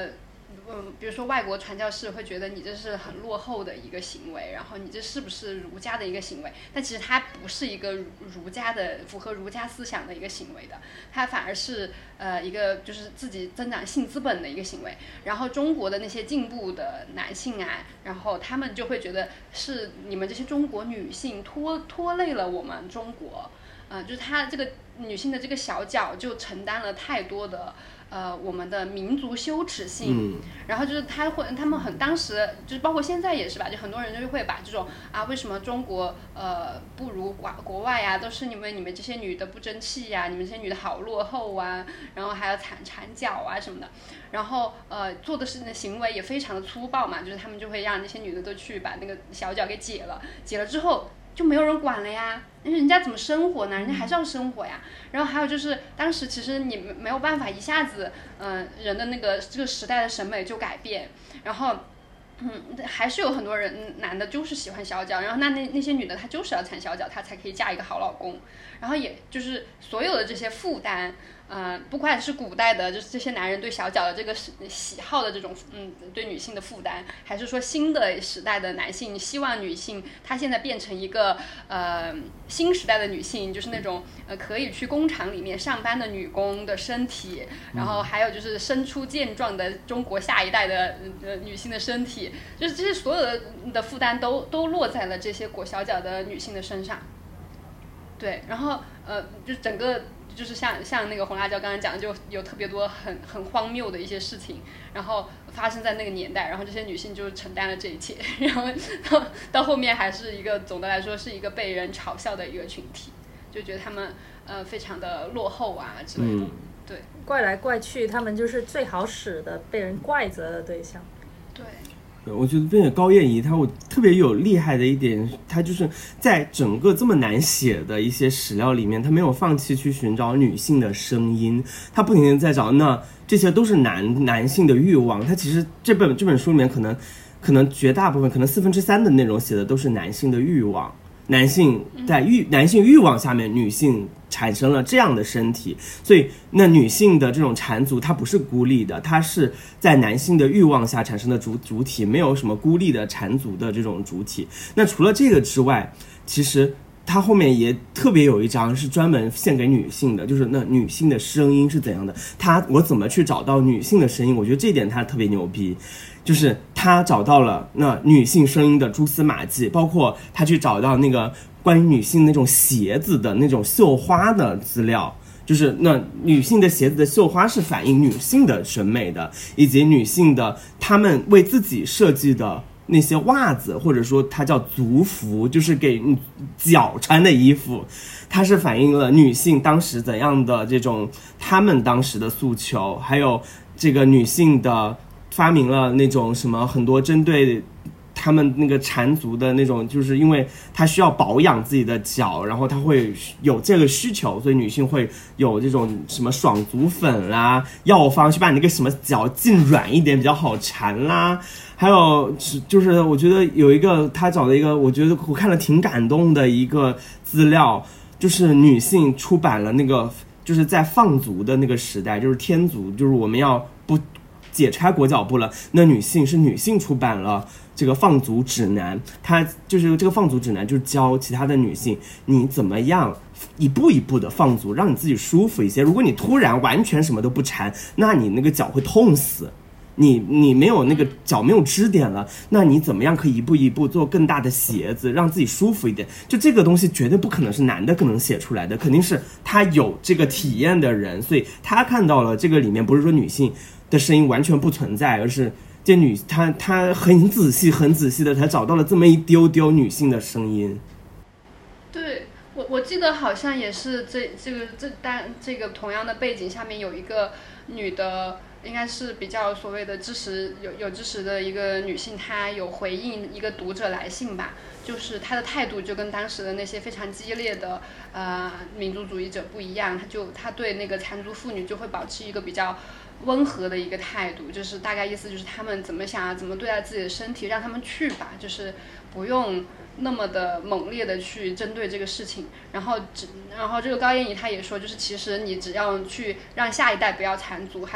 B: 嗯，比如说外国传教士会觉得你这是很落后的一个行为，然后你这是不是儒家的一个行为？但其实它不是一个儒家的符合儒家思想的一个行为的，它反而是呃一个就是自己增长性资本的一个行为。然后中国的那些进步的男性啊，然后他们就会觉得是你们这些中国女性拖拖累了我们中国，呃，就是她这个女性的这个小脚就承担了太多的。呃，我们的民族羞耻性，嗯、然后就是他会，他们很当时就是包括现在也是吧，就很多人就会把这种啊，为什么中国呃不如国国外呀、啊，都是你们你们这些女的不争气呀、啊，你们这些女的好落后啊，然后还要缠缠脚啊什么的，然后呃做的事情的行为也非常的粗暴嘛，就是他们就会让那些女的都去把那个小脚给解了，解了之后。就没有人管了呀，人家怎么生活呢？人家还是要生活呀。然后还有就是，当时其实你没有办法一下子，嗯、呃，人的那个这个时代的审美就改变。然后，嗯，还是有很多人男的就是喜欢小脚，然后那那那些女的她就是要缠小脚，她才可以嫁一个好老公。然后也就是所有的这些负担。呃，不管是古代的，就是这些男人对小脚的这个喜好的这种，嗯，对女性的负担，还是说新的时代的男性希望女性她现在变成一个呃新时代的女性，就是那种呃可以去工厂里面上班的女工的身体，然后还有就是生出健壮的中国下一代的呃女性的身体，就是这些所有的的负担都都落在了这些裹小脚的女性的身上。对，然后呃，就整个。就是像像那个红辣椒刚才讲的，就有特别多很很荒谬的一些事情，然后发生在那个年代，然后这些女性就承担了这一切，然后到到后面还是一个总的来说是一个被人嘲笑的一个群体，就觉得他们呃非常的落后啊之类的，嗯、对，
A: 怪来怪去，他们就是最好使的被人怪责的对象，
B: 对。
C: 我觉得并且高燕怡她我特别有厉害的一点，她就是在整个这么难写的一些史料里面，她没有放弃去寻找女性的声音，她不停地在找，那这些都是男男性的欲望。她其实这本这本书里面可能可能绝大部分可能四分之三的内容写的都是男性的欲望，男性在欲男性欲望下面，女性产生了这样的身体，所以那女性的这种缠足它不是孤立的，它是在男性的欲望下产生的主主体，没有什么孤立的缠足的这种主体。那除了这个之外，其实它后面也特别有一章是专门献给女性的，就是那女性的声音是怎样的，她我怎么去找到女性的声音，我觉得这点她特别牛逼，就是她找到了那女性声音的蛛丝马迹，包括她去找到那个关于女性那种鞋子的那种绣花的资料，就是那女性的鞋子的绣花是反映女性的审美的，以及女性的她们为自己设计的那些袜子，或者说它叫足服，就是给脚穿的衣服，它是反映了女性当时怎样的这种她们当时的诉求，还有这个女性的发明了那种什么很多针对他们那个缠足的那种，就是因为她需要保养自己的脚，然后她会有这个需求，所以女性会有这种什么爽足粉啦、药方去把你那个什么脚浸软一点比较好缠啦，还有就是我觉得有一个他找的一个我觉得我看了挺感动的一个资料，就是女性出版了那个就是在放足的那个时代，就是天足，就是我们要不解开裹脚布了，那女性是女性出版了这个放足指南，它就是这个放足指南就是教其他的女性你怎么样一步一步的放足，让你自己舒服一些。如果你突然完全什么都不缠，那你那个脚会痛死，你你没有那个脚没有支点了，那你怎么样可以一步一步做更大的鞋子，让自己舒服一点？就这个东西绝对不可能是男的可能写出来的，肯定是他有这个体验的人，所以他看到了这个里面不是说女性的声音完全不存在，而是这女她她很仔细很仔细的才找到了这么一丢丢女性的声音。
B: 对，我我记得好像也是这这个这单这个同样的背景下面有一个女的，应该是比较所谓的支持有有支持的一个女性，她有回应一个读者来信吧，就是她的态度就跟当时的那些非常激烈的呃民族主义者不一样，她就她对那个缠足妇女就会保持一个比较温和的一个态度，就是大概意思就是他们怎么想啊，怎么对待自己的身体，让他们去吧，就是不用那么的猛烈的去针对这个事情。然后然后这个高燕怡她也说，就是其实你只要去让下一代不要缠足，还有就是改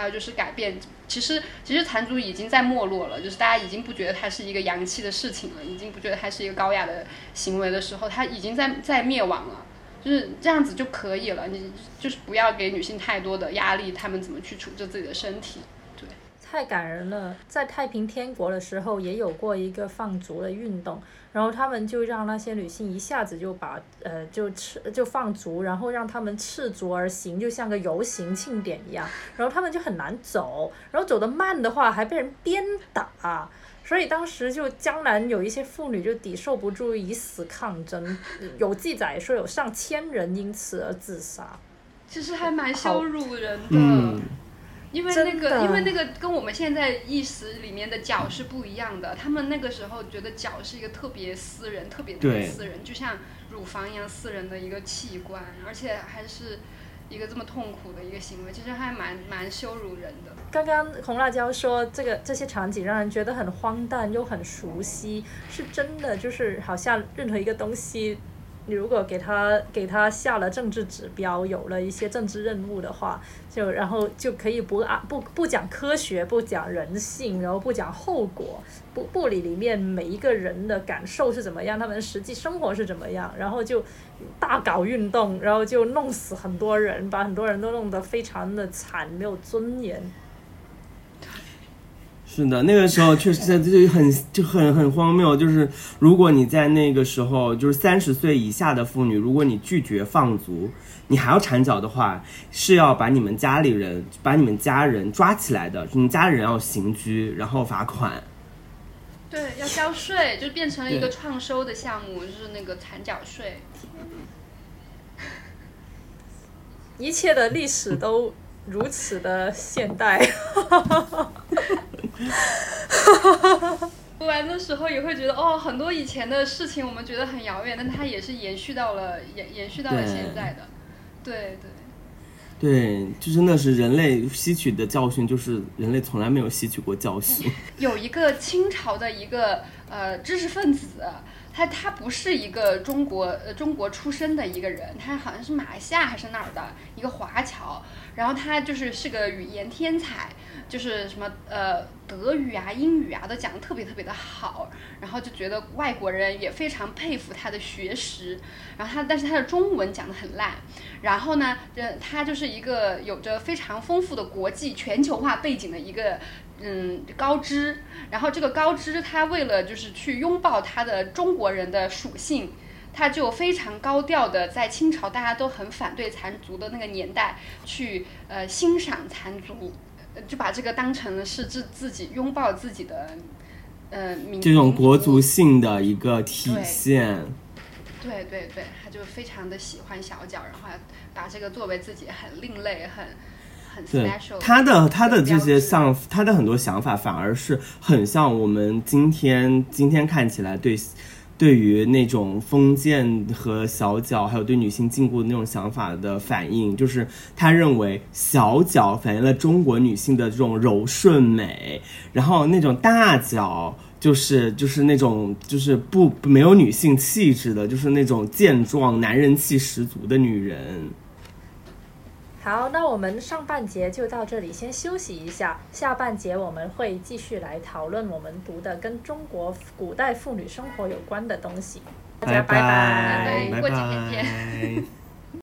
B: 改变。其实其实残族已经在没落了，就是大家已经不觉得它是一个洋气的事情了，已经不觉得它是一个高雅的行为的时候，它已经在在灭亡了。就是这样子就可以了，你就是不要给女性太多的压力，她们怎么去处置自己的身体。对，
A: 太感人了。在太平天国的时候也有过一个放逐的运动，然后他们就让那些女性一下子就把呃就赤就放逐，然后让他们赤足而行，就像个游行庆典一样，然后他们就很难走，然后走得慢的话还被人鞭打，所以当时就江南有一些妇女就抵受不住，以死抗争，有记载说有上千人因此而自杀。
B: 其实还蛮羞辱人的。
C: 嗯，
B: 因为那个，因为那个跟我们现在意识里面的脚是不一样的。他们那个时候觉得脚是一个特别私人、特别特别私人，就像乳房一样私人的一个器官，而且还是一个这么痛苦的一个行为，其实还蛮蛮羞辱人的。
A: 刚刚红辣椒说这个这些场景让人觉得很荒诞又很熟悉，是真的，就是好像任何一个东西。你如果给他给他下了政治指标，有了一些政治任务的话，就然后就可以不啊不不讲科学，不讲人性，然后不讲后果，不不理里面每一个人的感受是怎么样，他们实际生活是怎么样，然后就大搞运动，然后就弄死很多人，把很多人都弄得非常的惨，没有尊严。
C: 是的，那个时候确实就很就很很荒谬，就是如果你在那个时候就是三十岁以下的妇女，如果你拒绝放逐，你还要缠脚的话，是要把你们家里人把你们家人抓起来的，你们家人要刑拘，然后罚款。
B: 对，要交税，就变成了一个创收的项目，就是那个缠脚税。
A: 一切的历史都如此的现代。
B: 读完的时候也会觉得哦，很多以前的事情我们觉得很遥远，但它也是延续到了延延续到了现在的。对对
C: 对，就真的是人类吸取的教训，就是人类从来没有吸取过教训。
B: 有一个清朝的一个呃知识分子，他他不是一个中国呃中国出生的一个人，他好像是马来西亚还是哪儿的一个华侨，然后他就是是个语言天才，就是什么呃德语啊英语啊都讲得特别特别的好，然后就觉得外国人也非常佩服他的学识，然后他但是他的中文讲得很烂，然后呢呃他就是一个有着非常丰富的国际全球化背景的一个嗯高知，然后这个高知他为了就是去拥抱他的中国人的属性，他就非常高调的在清朝大家都很反对残族的那个年代去呃欣赏残族，就把这个当成了是自自己拥抱自己的呃民
C: 这种国族性的一个体现。
B: 对对对，他就非常的喜欢小脚，然后把这个作为自己很另类很很 special 的。
C: 他的他的这些想他的很多想法反而是很像我们今天今天看起来对对于那种封建和小脚还有对女性禁锢的那种想法的反应，就是他认为小脚反映了中国女性的这种柔顺美，然后那种大脚就是就是那种就是不没有女性气质的，就是那种健壮男人气十足的女人。
A: 好，那我们上半节就到这里，先休息一下。下半节我们会继续来讨论我们读的跟中国古代妇女生活有关的东西。大家拜
C: 拜拜，
B: 过几天见。